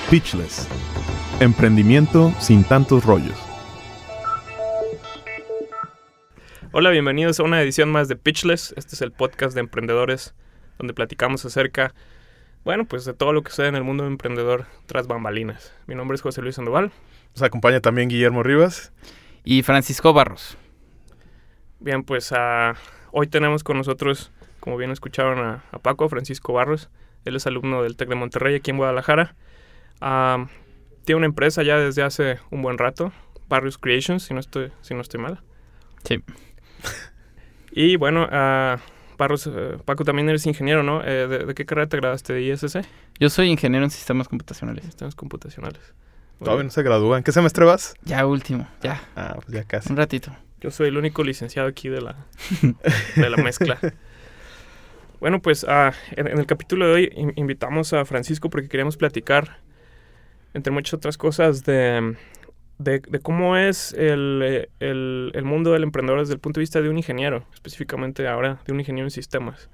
Pitchless. Emprendimiento sin tantos rollos. Hola, bienvenidos a una edición más de Pitchless. Este es el podcast de emprendedores donde platicamos acerca, pues de todo lo que sucede en el mundo emprendedor tras bambalinas. Mi nombre es José Luis Sandoval. Nos acompaña también Guillermo Rivas. Y Francisco Barros. Bien, pues hoy tenemos con nosotros, como bien escucharon, a Paco, Francisco Barros. Él es alumno del TEC de Monterrey, aquí en Guadalajara. Tiene una empresa ya desde hace un buen rato, Barrios Creations, si no estoy mal. Sí. Y bueno, Barros, Paco, también eres ingeniero, ¿no? ¿De qué carrera te graduaste? ¿De ISC? Yo soy ingeniero en sistemas computacionales. Sistemas computacionales. Todavía no se gradúa. ¿En qué semestre vas? Ya último, ya. Pues ya casi. Un ratito. Yo soy el único licenciado aquí de la mezcla. Bueno, pues en el capítulo de hoy invitamos a Francisco porque queríamos platicar, entre muchas otras cosas, de cómo es el mundo del emprendedor desde el punto de vista de un ingeniero, específicamente ahora de un ingeniero en sistemas.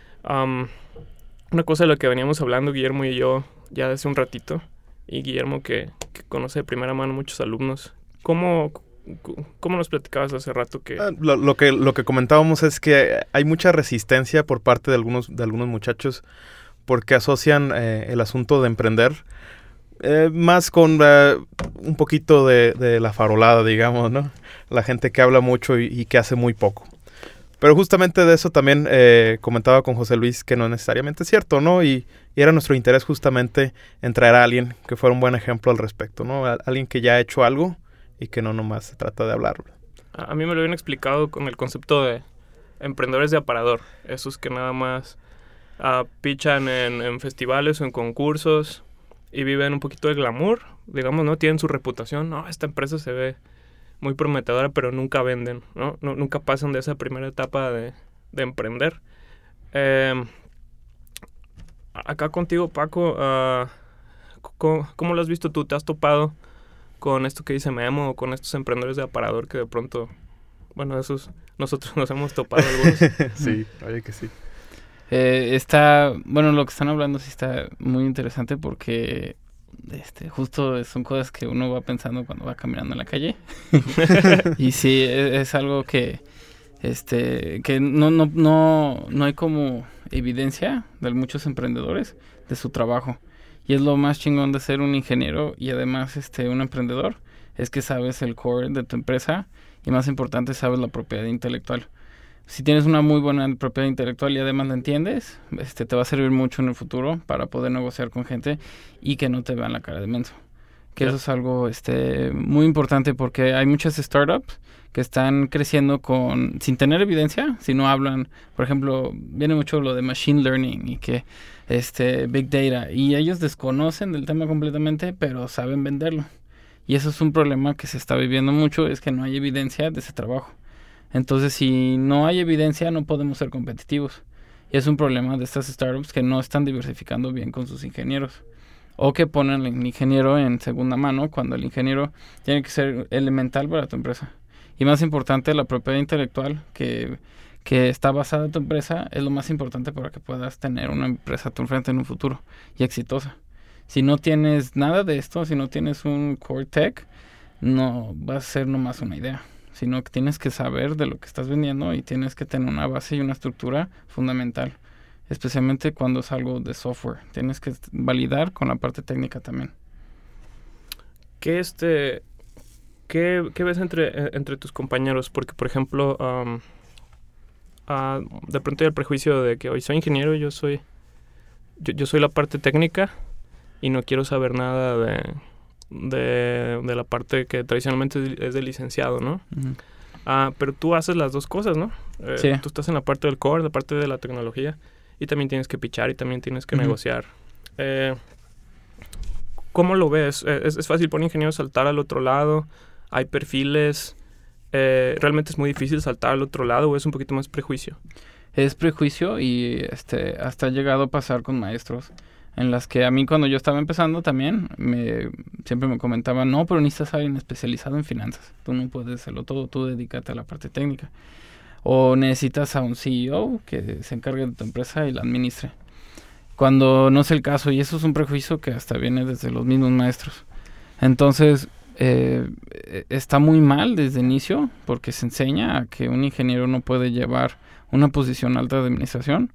Una cosa de la que veníamos hablando Guillermo y yo ya hace un ratito, y Guillermo que conoce de primera mano muchos alumnos, ¿cómo nos platicabas hace rato que...? Lo que comentábamos es que hay mucha resistencia por parte de algunos muchachos porque asocian el asunto de emprender más con un poquito de la farolada, digamos, ¿no? La gente que habla mucho y que hace muy poco. Pero justamente de eso también comentaba con José Luis que no necesariamente es cierto, ¿no? Y era nuestro interés justamente en traer a alguien que fuera un buen ejemplo al respecto, ¿no? Alguien que ya ha hecho algo y que no nomás se trata de hablar. A mí me lo habían explicado con el concepto de emprendedores de aparador. Esos que nada más pichan en festivales o en concursos y viven un poquito de glamour, digamos, ¿no? Tienen su reputación. No, esta empresa se ve muy prometedora, pero nunca venden, ¿no? Nunca pasan de esa primera etapa de emprender. Acá contigo, Paco, ¿cómo lo has visto tú? ¿Te has topado con esto que dice Memo o con estos emprendedores de aparador que de pronto, esos nosotros nos hemos topado algunos? Sí, oye que sí. Lo que están hablando sí está muy interesante porque justo son cosas que uno va pensando cuando va caminando en la calle. Y sí, es algo que no hay como evidencia de muchos emprendedores de su trabajo. Y es lo más chingón de ser un ingeniero y además un emprendedor, es que sabes el core de tu empresa y más importante, sabes la propiedad intelectual. Si tienes una muy buena propiedad intelectual y además la entiendes, te va a servir mucho en el futuro para poder negociar con gente y que no te vean la cara de menso. Que Eso es algo muy importante porque hay muchas startups que están creciendo sin tener evidencia, si no hablan. Por ejemplo, viene mucho lo de machine learning y que big data, y ellos desconocen del tema completamente, pero saben venderlo. Y eso es un problema que se está viviendo mucho, es que no hay evidencia de ese trabajo. Entonces, si no hay evidencia, no podemos ser competitivos. Y es un problema de estas startups que no están diversificando bien con sus ingenieros. O que ponen al ingeniero en segunda mano cuando el ingeniero tiene que ser elemental para tu empresa. Y más importante, la propiedad intelectual que está basada en tu empresa es lo más importante para que puedas tener una empresa a tu frente en un futuro y exitosa. Si no tienes nada de esto, si no tienes un core tech, no va a ser nomás una idea, sino que tienes que saber de lo que estás vendiendo y tienes que tener una base y una estructura fundamental. Especialmente cuando es algo de software. Tienes que validar con la parte técnica también. ¿Qué ves entre tus compañeros? Porque, por ejemplo, de pronto hay el prejuicio de que hoy soy ingeniero, yo soy la parte técnica y no quiero saber nada de la parte que tradicionalmente es de licenciado, ¿no? Uh-huh. Pero tú haces las dos cosas, ¿no? Sí. Tú estás en la parte del core, la parte de la tecnología, y también tienes que pitchar y también tienes que negociar. ¿Cómo lo ves? ¿Es fácil para un ingeniero saltar al otro lado? ¿Hay perfiles? ¿Realmente es muy difícil saltar al otro lado o es un poquito más prejuicio? Es prejuicio y hasta ha llegado a pasar con maestros en las que a mí cuando yo estaba empezando también siempre me comentaban, no, pero necesitas a alguien especializado en finanzas. Tú no puedes hacerlo todo, tú dedícate a la parte técnica. O necesitas a un CEO que se encargue de tu empresa y la administre. cuando no es el caso, y eso es un prejuicio que hasta viene desde los mismos maestros. Entonces, está muy mal desde el inicio, porque se enseña a que un ingeniero no puede llevar una posición alta de administración,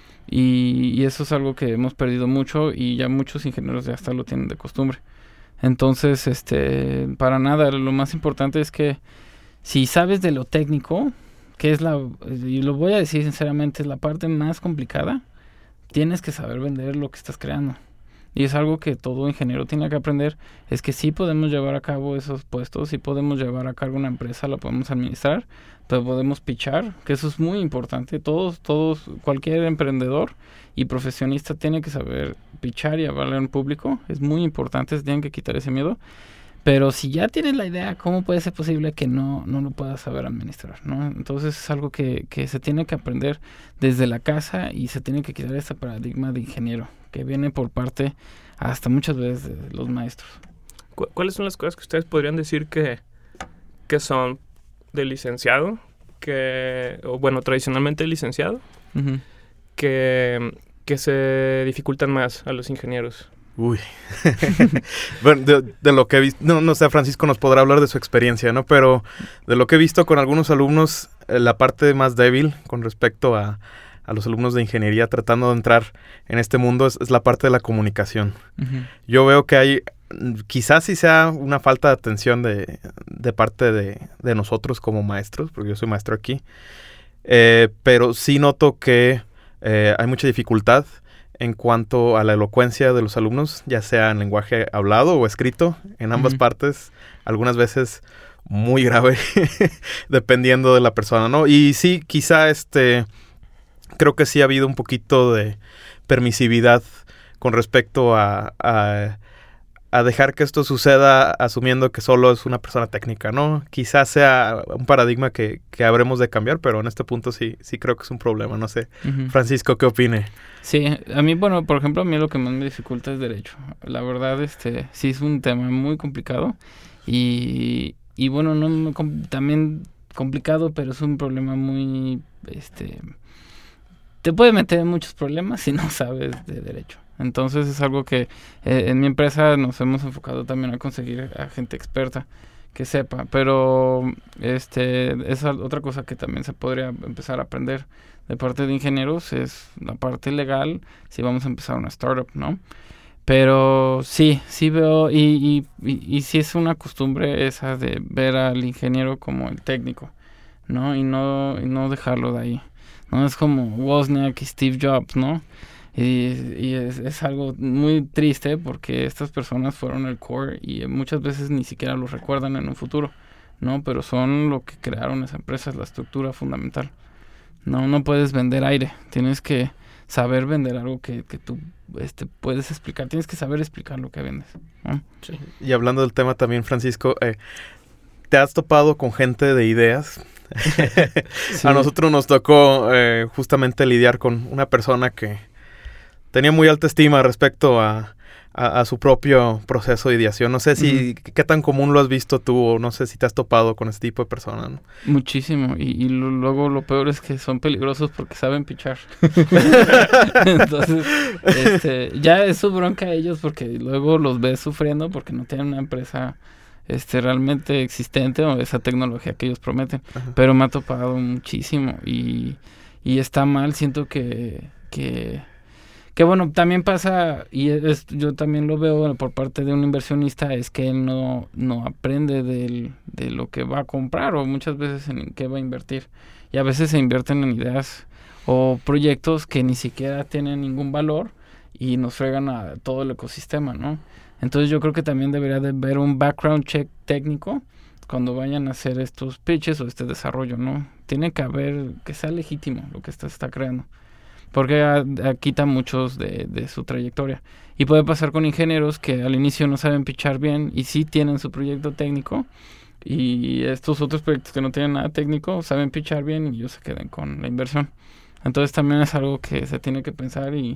y eso es algo que hemos perdido mucho, y ya muchos ingenieros ya hasta lo tienen de costumbre. Entonces, para nada, lo más importante es que si sabes de lo técnico, que es y lo voy a decir sinceramente, es la parte más complicada, tienes que saber vender lo que estás creando. Y es algo que todo ingeniero tiene que aprender, es que sí podemos llevar a cabo esos puestos, sí podemos llevar a cabo una empresa, la podemos administrar, pero podemos pitchar, que eso es muy importante. Cualquier emprendedor y profesionista tiene que saber pitchar y hablar en público, es muy importante, se tienen que quitar ese miedo. Pero si ya tienes la idea, ¿cómo puede ser posible que no lo puedas saber administrar, ¿no? Entonces es algo que se tiene que aprender desde la casa, y se tiene que quitar este paradigma de ingeniero que viene por parte hasta muchas veces de los maestros. ¿Cuáles son las cosas que ustedes podrían decir que son de licenciado, o bueno, tradicionalmente licenciado, Uh-huh. que se dificultan más a los ingenieros? Uy. Bueno, de lo que he visto, no sé, Francisco nos podrá hablar de su experiencia, ¿no? Pero de lo que he visto con algunos alumnos, la parte más débil con respecto a los alumnos de ingeniería tratando de entrar en este mundo es la parte de la comunicación. Uh-huh. Yo veo que hay, quizás sí sea una falta de atención de parte de nosotros como maestros, porque yo soy maestro aquí, pero sí noto que hay mucha dificultad en cuanto a la elocuencia de los alumnos, ya sea en lenguaje hablado o escrito, en ambas Uh-huh. partes, algunas veces muy grave, dependiendo de la persona, ¿no? Y sí, quizá creo que sí ha habido un poquito de permisividad con respecto a dejar que esto suceda asumiendo que solo es una persona técnica, ¿no? Quizás sea un paradigma que habremos de cambiar, pero en este punto sí creo que es un problema, no sé. Uh-huh. Francisco, ¿qué opine? Sí, a mí, bueno, por ejemplo, a mí lo que más me dificulta es derecho. La verdad, sí es un tema muy complicado, y bueno, también complicado, pero es un problema muy, te puede meter en muchos problemas si no sabes de derecho. Entonces es algo que en mi empresa nos hemos enfocado también a conseguir a gente experta que sepa, pero es otra cosa que también se podría empezar a aprender de parte de ingenieros, es la parte legal, si vamos a empezar una startup, ¿no? Pero sí veo, y sí es una costumbre esa de ver al ingeniero como el técnico, ¿no? Y no dejarlo de ahí, ¿no? Es como Wozniak y Steve Jobs, ¿no? Y es algo muy triste, porque estas personas fueron el core y muchas veces ni siquiera los recuerdan en un futuro, ¿no? Pero son lo que crearon esa empresa, es la estructura fundamental. No puedes vender aire, tienes que saber vender algo que tú puedes explicar, tienes que saber explicar lo que vendes, ¿no? Sí. Y hablando del tema también, Francisco, ¿te has topado con gente de ideas? Sí. A nosotros nos tocó justamente lidiar con una persona que tenía muy alta estima respecto a su propio proceso de ideación. No sé si qué tan común lo has visto tú, o no sé si te has topado con este tipo de personas, ¿no? Muchísimo, y luego lo peor es que son peligrosos porque saben pichar. Entonces, ya es su bronca a ellos, porque luego los ves sufriendo porque no tienen una empresa realmente existente o esa tecnología que ellos prometen. Ajá. Pero me ha topado muchísimo, y está mal. Siento que bueno, también pasa, y yo también lo veo por parte de un inversionista, es que él no aprende de lo que va a comprar, o muchas veces en qué va a invertir. Y a veces se invierten en ideas o proyectos que ni siquiera tienen ningún valor, y nos fregan a todo el ecosistema, ¿no? Entonces yo creo que también debería de haber un background check técnico cuando vayan a hacer estos pitches o desarrollo, ¿no? Tiene que haber, que sea legítimo lo que está creando, porque quita muchos de su trayectoria. Y puede pasar con ingenieros que al inicio no saben pitchar bien y sí tienen su proyecto técnico, y estos otros proyectos que no tienen nada técnico saben pitchar bien y ellos se quedan con la inversión. Entonces también es algo que se tiene que pensar, y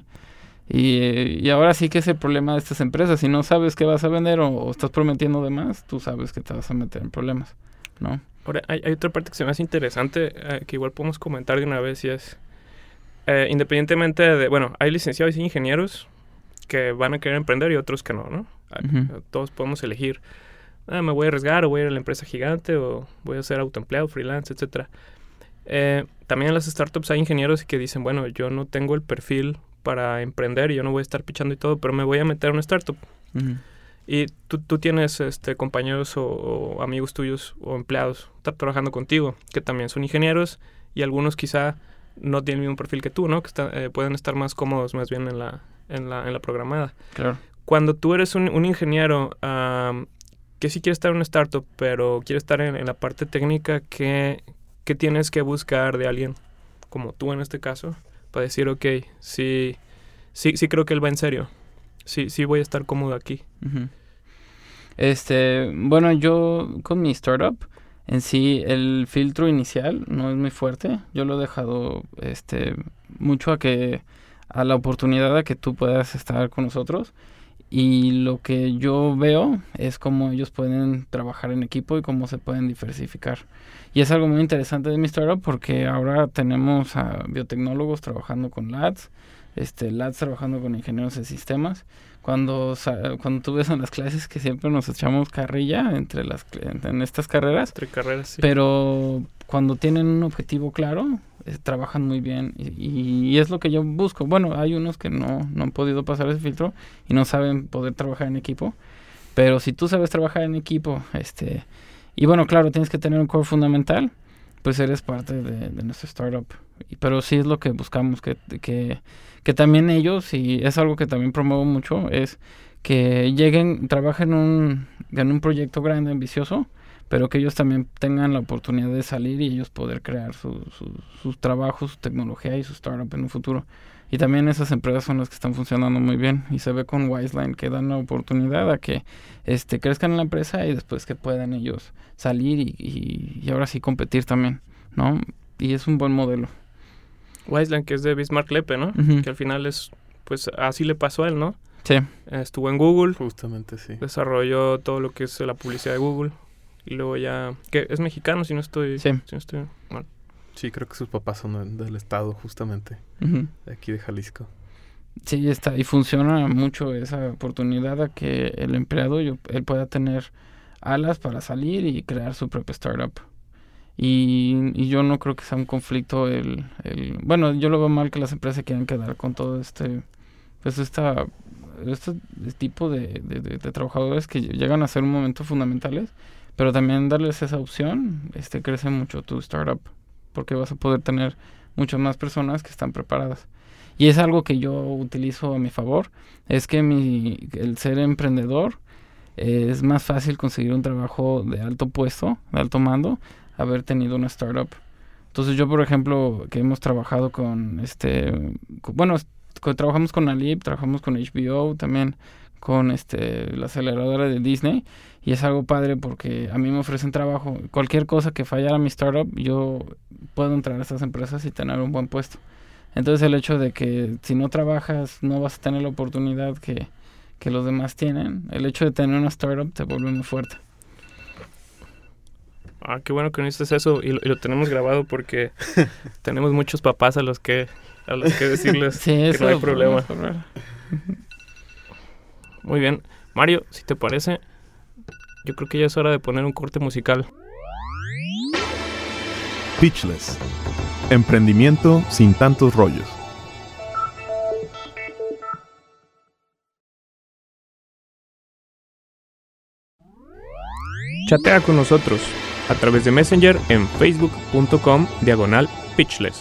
ahora sí que es el problema de estas empresas. Si no sabes qué vas a vender o estás prometiendo de más, tú sabes que te vas a meter en problemas, ¿no? Ahora, hay otra parte que se me hace interesante, que igual podemos comentar de una vez, y es independientemente de... Bueno, hay licenciados y ingenieros que van a querer emprender y otros que no, ¿no? Todos podemos elegir. Me voy a arriesgar o voy a ir a la empresa gigante o voy a ser autoempleado, freelance, etcétera. También en las startups hay ingenieros que dicen, bueno, yo no tengo el perfil para emprender y yo no voy a estar pichando y todo, pero me voy a meter a una startup. Y tú tienes compañeros o amigos tuyos o empleados trabajando contigo que también son ingenieros y algunos quizá no tienen el mismo perfil que tú, ¿no? Que pueden estar más cómodos más bien en la programada. Claro. Cuando tú eres un ingeniero que sí quiere estar en una startup, pero quiere estar en la parte técnica, ¿qué tienes que buscar de alguien como tú en este caso? Para decir, ok, sí creo que él va en serio. Sí voy a estar cómodo aquí. Bueno, yo con mi startup, en sí, el filtro inicial no es muy fuerte. Yo lo he dejado mucho a la oportunidad de que tú puedas estar con nosotros. Y lo que yo veo es cómo ellos pueden trabajar en equipo y cómo se pueden diversificar. Y es algo muy interesante de mi startup porque ahora tenemos a biotecnólogos trabajando con LADs, LADs trabajando con ingenieros de sistemas. Cuando tú ves en las clases que siempre nos echamos carrilla en estas carreras. Entre carreras, sí. Pero cuando tienen un objetivo claro, trabajan muy bien y es lo que yo busco. Bueno, hay unos que no han podido pasar ese filtro y no saben poder trabajar en equipo. Pero si tú sabes trabajar en equipo, y bueno, claro, tienes que tener un core fundamental, pues eres parte de nuestra startup. Pero sí es lo que buscamos, que también ellos, y es algo que también promuevo mucho, es que trabajen en un proyecto grande, ambicioso, pero que ellos también tengan la oportunidad de salir y ellos poder crear sus trabajos, su tecnología y su startup en un futuro. Y también esas empresas son las que están funcionando muy bien. Y se ve con Wizeline que dan la oportunidad a que crezcan en la empresa y después que puedan ellos salir y ahora sí competir también, ¿no? Y es un buen modelo. Wizeline, que es de Bismarck Lepe, ¿no? Que al final pues así le pasó a él, ¿no? Sí. Estuvo en Google. Justamente, sí. Desarrolló todo lo que es la publicidad de Google. Y luego ya... que es mexicano, si no estoy mal. Sí, creo que sus papás son del estado, justamente. De aquí de Jalisco. Sí, y funciona mucho esa oportunidad a que el empleado, él pueda tener alas para salir y crear su propia startup. Y yo no creo que sea un conflicto bueno, yo lo veo mal que las empresas se quieran quedar con todo este tipo de trabajadores que llegan a ser un momento fundamentales, pero también darles esa opción, crece mucho tu startup, porque vas a poder tener muchas más personas que están preparadas. Y es algo que yo utilizo a mi favor, es que el ser emprendedor es más fácil conseguir un trabajo de alto puesto, de alto mando, haber tenido una startup. Entonces yo, por ejemplo, que hemos trabajado trabajamos con Alib, trabajamos con HBO, también con la aceleradora de Disney, y es algo padre porque a mí me ofrecen trabajo. Cualquier cosa que fallara mi startup, yo puedo entrar a estas empresas y tener un buen puesto. Entonces el hecho de que si no trabajas no vas a tener la oportunidad que los demás tienen, el hecho de tener una startup te vuelve muy fuerte. Qué bueno que no hiciste eso y lo tenemos grabado porque tenemos muchos papás a los que decirles sí, que no hay problema. Muy bien. Mario, si te parece, yo creo que ya es hora de poner un corte musical. Pitchless. Emprendimiento sin tantos rollos. Chatea con nosotros a través de Messenger en facebook.com/pitchless.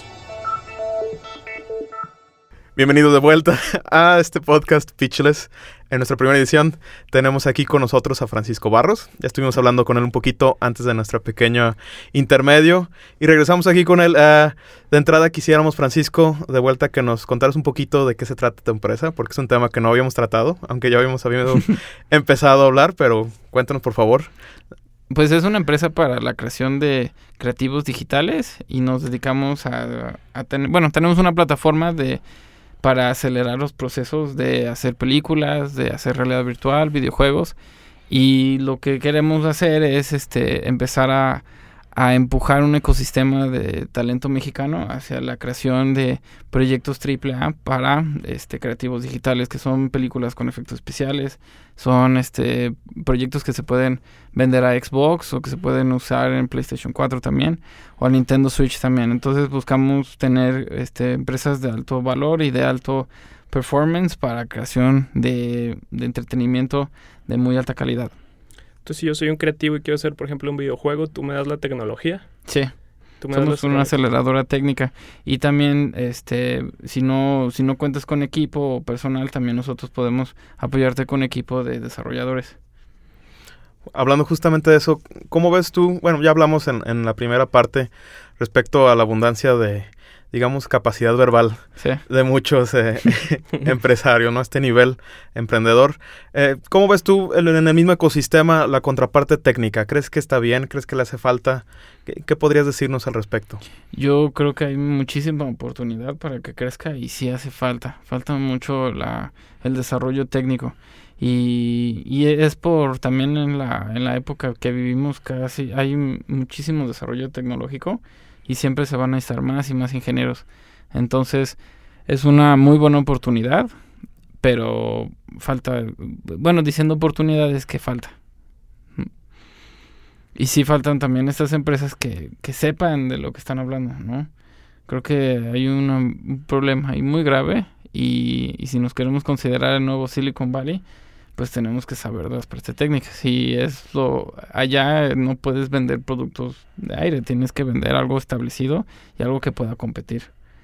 Bienvenidos de vuelta a este podcast Pitchless. En nuestra primera edición tenemos aquí con nosotros a Francisco Barros. Ya estuvimos hablando con él un poquito antes de nuestro pequeño intermedio y regresamos aquí con él. De entrada quisiéramos, Francisco, de vuelta que nos contaras un poquito de qué se trata tu empresa, porque es un tema que no habíamos tratado, aunque ya habíamos empezado a hablar, pero cuéntanos por favor. Pues es una empresa para la creación de creativos digitales y nos dedicamos a tener... Bueno, tenemos una plataforma para acelerar los procesos de hacer películas, de hacer realidad virtual, videojuegos, y lo que queremos hacer es empezar a empujar un ecosistema de talento mexicano hacia la creación de proyectos AAA para creativos digitales, que son películas con efectos especiales, son proyectos que se pueden vender a Xbox o que se pueden usar en PlayStation 4 también, o a Nintendo Switch también. Entonces buscamos tener empresas de alto valor y de alto performance para creación de entretenimiento de muy alta calidad. Entonces, si yo soy un creativo y quiero hacer, por ejemplo, un videojuego, ¿tú me das la tecnología? Sí. ¿Tú me das Somos una aceleradora técnica. Y también, si no cuentas con equipo o personal, también nosotros podemos apoyarte con equipo de desarrolladores. Hablando justamente de eso, ¿cómo ves tú? Bueno, ya hablamos en la primera parte respecto a la abundancia de, digamos, capacidad verbal de muchos empresarios, ¿no? Este nivel emprendedor. ¿Cómo ves tú en el mismo ecosistema la contraparte técnica? ¿Crees que está bien? ¿Crees que le hace falta? ¿Qué podrías decirnos al respecto? Yo creo que hay muchísima oportunidad para que crezca y sí hace falta. Falta mucho el desarrollo técnico. Y es por también en la época que vivimos casi hay muchísimo desarrollo tecnológico y siempre se van a necesitar más y más ingenieros. Entonces es una muy buena oportunidad, pero falta, bueno, diciendo oportunidades que falta. Y sí faltan también estas empresas que sepan de lo que están hablando, ¿no? Creo que hay un problema ahí muy grave y si nos queremos considerar el nuevo Silicon Valley, pues tenemos que saber de las partes técnicas. Y allá no puedes vender productos de aire, tienes que vender algo establecido y algo que pueda competir.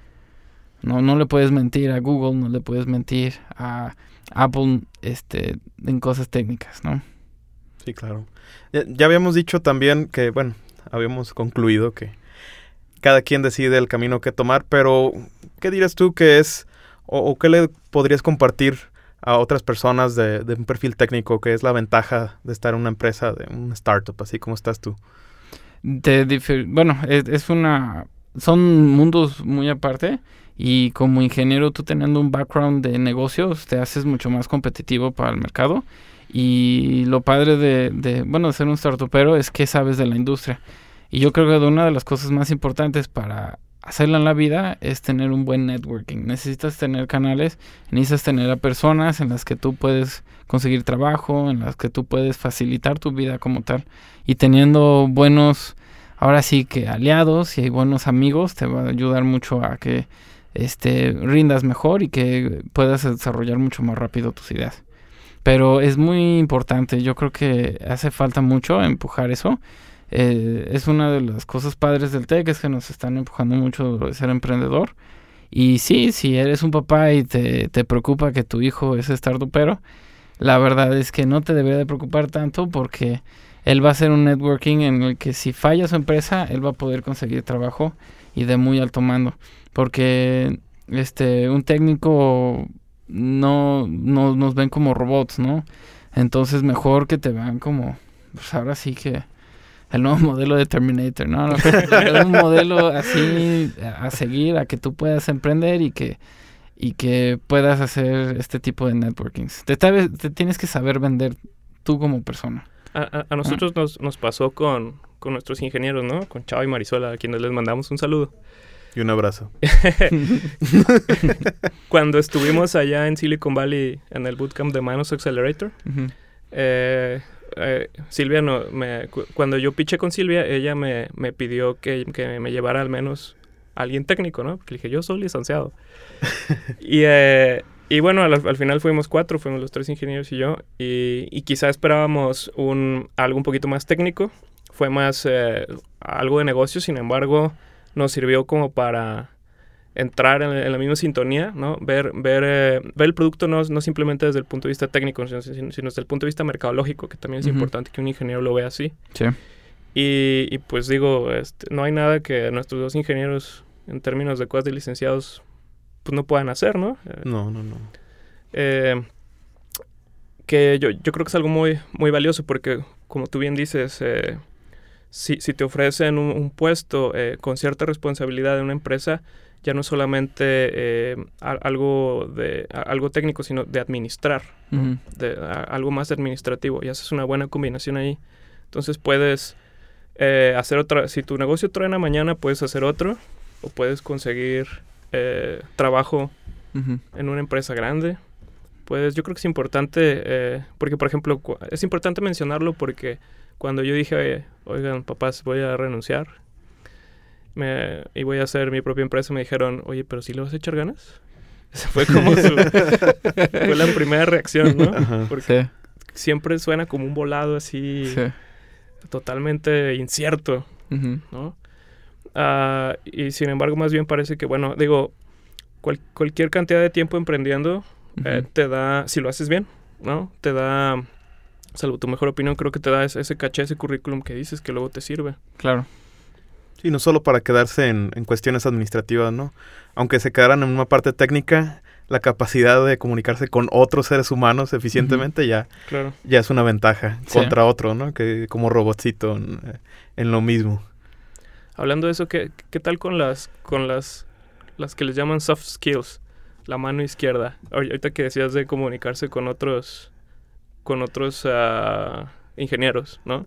No le puedes mentir a Google, no le puedes mentir a Apple en cosas técnicas, ¿no? Sí, claro. Ya habíamos dicho también que, bueno, habíamos concluido que cada quien decide el camino que tomar, pero ¿qué dirías tú que es o qué le podrías compartir a otras personas de un perfil técnico, que es la ventaja de estar en una empresa, de una startup, así como estás tú? Bueno, son mundos muy aparte y como ingeniero tú teniendo un background de negocios te haces mucho más competitivo para el mercado y lo padre de ser un startupero es que sabes de la industria y yo creo que una de las cosas más importantes para hacerla en la vida es tener un buen networking. Necesitas tener canales, necesitas tener a personas en las que tú puedes conseguir trabajo, en las que tú puedes facilitar tu vida como tal. Y teniendo buenos, ahora sí que aliados y buenos amigos, te va a ayudar mucho a que rindas mejor y que puedas desarrollar mucho más rápido tus ideas. Pero es muy importante, yo creo que hace falta mucho empujar eso. Es una de las cosas padres del TEC, es que nos están empujando mucho de ser emprendedor. Y sí, si eres un papá y te preocupa que tu hijo es startupero, la verdad es que no te debería de preocupar tanto porque él va a hacer un networking en el que si falla su empresa, él va a poder conseguir trabajo y de muy alto mando. Porque un técnico no nos ven como robots, ¿no? Entonces mejor que te vean como, pues ahora sí que el nuevo modelo de Terminator, ¿no? Un modelo así a seguir, a que tú puedas emprender y que puedas hacer este tipo de networkings. Te tienes que saber vender tú como persona. A nosotros nos pasó con nuestros ingenieros, ¿no? Con Chava y Marisola, a quienes les mandamos un saludo. Y un abrazo. Cuando estuvimos allá en Silicon Valley en el bootcamp de Manos Accelerator, Silvia cuando yo piché con Silvia, ella me pidió que me llevara al menos a alguien técnico, ¿no? Porque le dije, yo soy licenciado. y bueno, al final fuimos 4, fuimos los 3 ingenieros y yo, y quizá esperábamos algo un poquito más técnico, fue más algo de negocio, sin embargo, nos sirvió como para entrar en la misma sintonía, ¿no? Ver el producto no simplemente desde el punto de vista técnico, sino desde el punto de vista mercadológico, que también es importante que un ingeniero lo vea así. Sí. Y pues digo, no hay nada que nuestros 2 ingenieros, en términos de cosas de licenciados, pues no puedan hacer, ¿no? No. Que yo creo que es algo muy, muy valioso porque, como tú bien dices, si te ofrecen un puesto con cierta responsabilidad de una empresa, ya no solamente algo técnico, sino de administrar, algo más administrativo, y haces una buena combinación ahí. Entonces puedes hacer otra. Si tu negocio truena mañana, puedes hacer otro, o puedes conseguir trabajo en una empresa grande. Pues yo creo que es importante, porque por ejemplo, es importante mencionarlo porque cuando yo dije, oigan, papás, voy a renunciar y voy a hacer mi propia empresa, me dijeron, oye, pero ¿sí le vas a echar ganas? Esa fue como fue la primera reacción, ¿no? Ajá. Porque siempre suena como un volado así, totalmente incierto, ¿no? Y sin embargo, más bien parece que, bueno, digo, cualquier cantidad de tiempo emprendiendo te da, si lo haces bien, ¿no? Te da, salvo tu mejor opinión, creo que te da ese caché, ese currículum que dices que luego te sirve. Claro. Sí, no solo para quedarse en cuestiones administrativas, ¿no? Aunque se quedaran en una parte técnica, la capacidad de comunicarse con otros seres humanos eficientemente ya es una ventaja contra otro, ¿no? Que como robotcito en lo mismo. Hablando de eso, ¿qué tal con las que les llaman soft skills? La mano izquierda. Ahorita que decías de comunicarse con otros ingenieros, ¿no?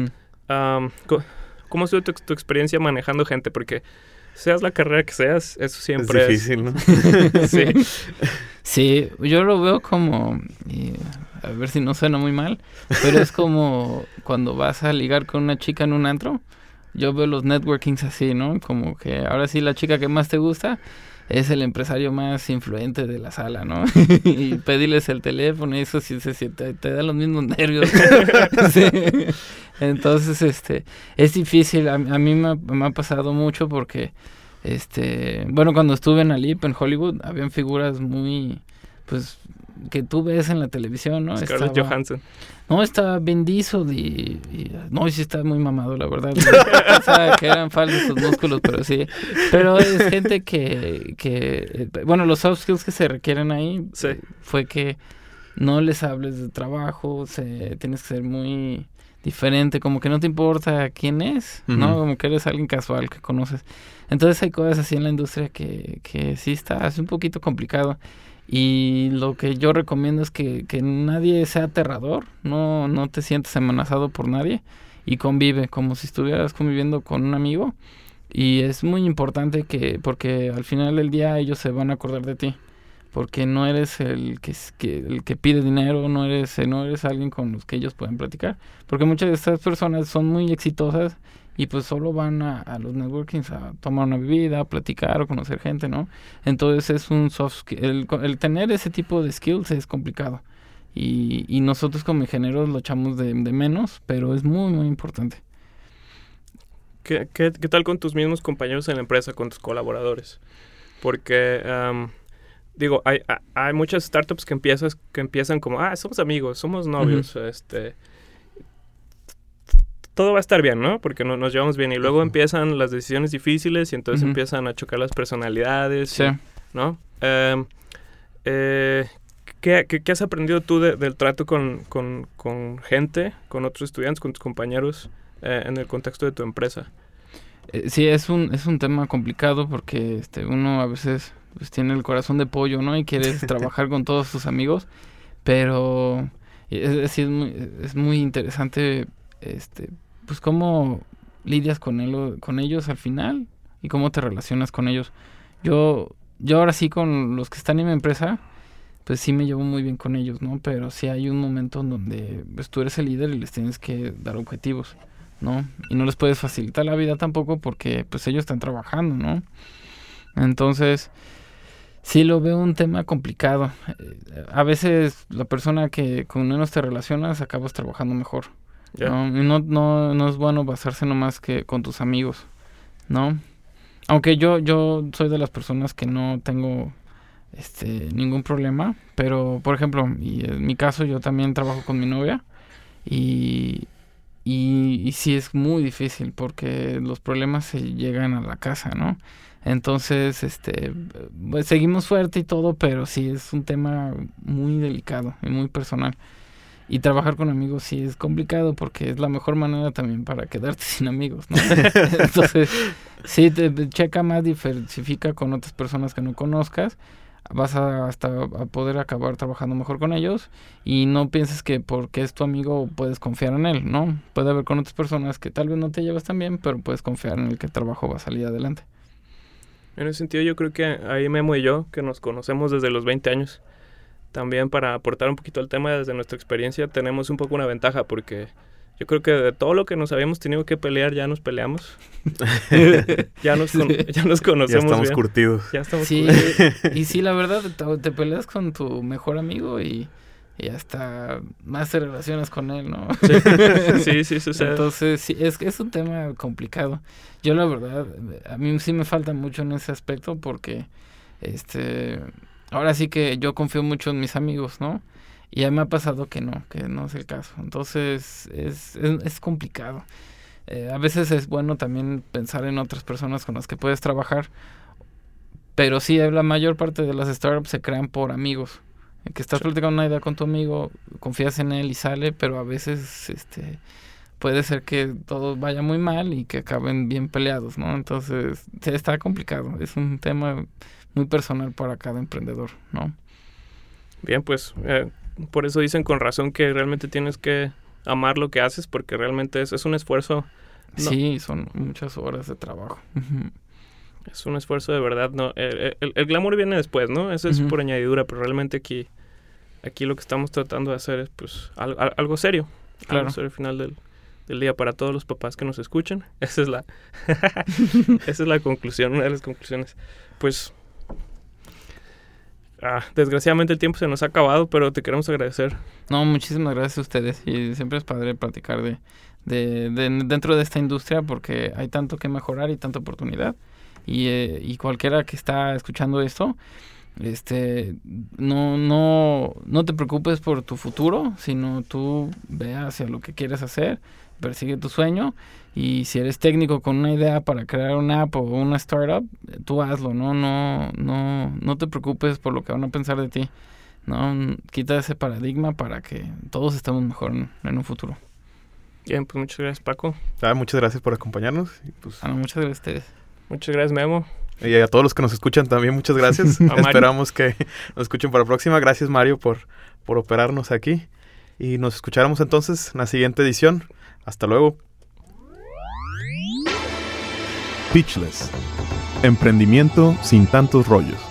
¿Cómo ha sido tu experiencia manejando gente? Porque seas la carrera que seas, eso siempre es difícil, ¿no? Sí. Sí, yo lo veo como, a ver si no suena muy mal, pero es como cuando vas a ligar con una chica en un antro. Yo veo los networkings así, ¿no? Como que ahora sí la chica que más te gusta es el empresario más influyente de la sala, ¿no? Y pedirles el teléfono y eso sí te da los mismos nervios. Sí. Entonces, es difícil. A mí me ha pasado mucho porque, bueno, cuando estuve en Alip, en Hollywood, habían figuras muy, pues, que tú ves en la televisión, ¿no? Scarlett Johansson. No, estaba Vin Diesel no, sí está muy mamado, la verdad. Pensaba que eran falsos sus músculos, pero sí. Pero es gente que bueno, los soft skills que se requieren ahí fue que no les hables de trabajo, tienes que ser muy diferente, como que no te importa quién es, ¿no? Como que eres alguien casual que conoces. Entonces hay cosas así en la industria que sí es un poquito complicado. Y lo que yo recomiendo es que nadie sea aterrador, no te sientas amenazado por nadie y convive como si estuvieras conviviendo con un amigo. Y es muy importante porque al final del día ellos se van a acordar de ti, porque no eres el que pide dinero, no eres alguien con los que ellos pueden platicar, porque muchas de estas personas son muy exitosas y pues solo van a los networkings a tomar una bebida, a platicar o conocer gente, ¿no? Entonces es un soft skill. El tener ese tipo de skills es complicado. Y nosotros como ingenieros lo echamos de menos, pero es muy, muy importante. ¿Qué tal con tus mismos compañeros en la empresa, con tus colaboradores? Porque, digo, hay muchas startups que empiezan como, somos amigos, somos novios, todo va a estar bien, ¿no? Porque nos llevamos bien. Y luego empiezan las decisiones difíciles y entonces empiezan a chocar las personalidades. Sí. ¿No? ¿Qué has aprendido tú del trato con gente, con otros estudiantes, con tus compañeros en el contexto de tu empresa? Sí, es un tema complicado porque uno a veces pues, tiene el corazón de pollo, ¿no? Y quieres trabajar con todos tus amigos. Pero es muy interesante pues cómo lidias con ellos al final y cómo te relacionas con ellos. Yo ahora sí con los que están en mi empresa, pues sí me llevo muy bien con ellos, ¿no? Pero sí hay un momento en donde pues, tú eres el líder y les tienes que dar objetivos, ¿no? Y no les puedes facilitar la vida tampoco porque pues ellos están trabajando, ¿no? Entonces sí lo veo un tema complicado. A veces la persona que con menos te relacionas acabas trabajando mejor. Yeah. No es bueno basarse nomás que con tus amigos, ¿no? Aunque yo soy de las personas que no tengo ningún problema, pero por ejemplo, y en mi caso yo también trabajo con mi novia y sí es muy difícil porque los problemas se llegan a la casa, ¿no? Entonces, pues seguimos fuerte y todo, pero sí es un tema muy delicado y muy personal. Y trabajar con amigos sí es complicado porque es la mejor manera también para quedarte sin amigos, ¿no? Entonces, sí, checa más, diversifica con otras personas que no conozcas. vas a poder acabar trabajando mejor con ellos, y no pienses que porque es tu amigo puedes confiar en él, ¿no? Puede haber con otras personas que tal vez no te llevas tan bien, pero puedes confiar en el que el trabajo va a salir adelante. En ese sentido, yo creo que ahí Memo y yo, que nos conocemos desde los 20 años, también para aportar un poquito al tema desde nuestra experiencia, tenemos un poco una ventaja, porque yo creo que de todo lo que nos habíamos tenido que pelear, ya nos peleamos. ya nos conocemos ya estamos bien. curtidos. Ya estamos Sí, curtidos. y sí, la verdad, te peleas con tu mejor amigo y hasta más te relacionas con él, ¿no? Sí, sucede. Entonces, sí, es un tema complicado. Yo, la verdad, a mí sí me falta mucho en ese aspecto porque, ahora sí que yo confío mucho en mis amigos, ¿no? Y ya me ha pasado que no es el caso. Entonces, es complicado. A veces es bueno también pensar en otras personas con las que puedes trabajar, pero sí, la mayor parte de las startups se crean por amigos. Que estás platicando una idea con tu amigo, confías en él y sale, pero a veces puede ser que todo vaya muy mal y que acaben bien peleados, ¿no? Entonces, está complicado. Es un tema muy personal para cada emprendedor, ¿no? Bien, pues por eso dicen con razón que realmente tienes que amar lo que haces, porque realmente es un esfuerzo. ¿No? Sí, son muchas horas de trabajo. Es un esfuerzo de verdad, ¿no? El glamour viene después, ¿no? Eso es por añadidura, pero realmente aquí lo que estamos tratando de hacer es pues algo serio. Claro. Algo serio al final del día para todos los papás que nos escuchan. Esa es la conclusión, una de las conclusiones. Pues desgraciadamente el tiempo se nos ha acabado, pero te queremos agradecer. No, muchísimas gracias a ustedes, y siempre es padre platicar de dentro de esta industria, porque hay tanto que mejorar y tanta oportunidad, y cualquiera que está escuchando esto, no te preocupes por tu futuro, sino tú ve hacia lo que quieres hacer, persigue tu sueño, y si eres técnico con una idea para crear una app o una startup, tú hazlo, no te preocupes por lo que van a pensar de ti, no, quita ese paradigma para que todos estemos mejor en un futuro. Bien, pues muchas gracias, Paco. Muchas gracias por acompañarnos. Y pues, Muchas gracias a ustedes. Muchas gracias, Memo. Y a todos los que nos escuchan también, muchas gracias. Esperamos que nos escuchen para la próxima. Gracias, Mario, por operarnos aquí. Y nos escucharemos entonces en la siguiente edición. Hasta luego. Pitchless. Emprendimiento sin tantos rollos.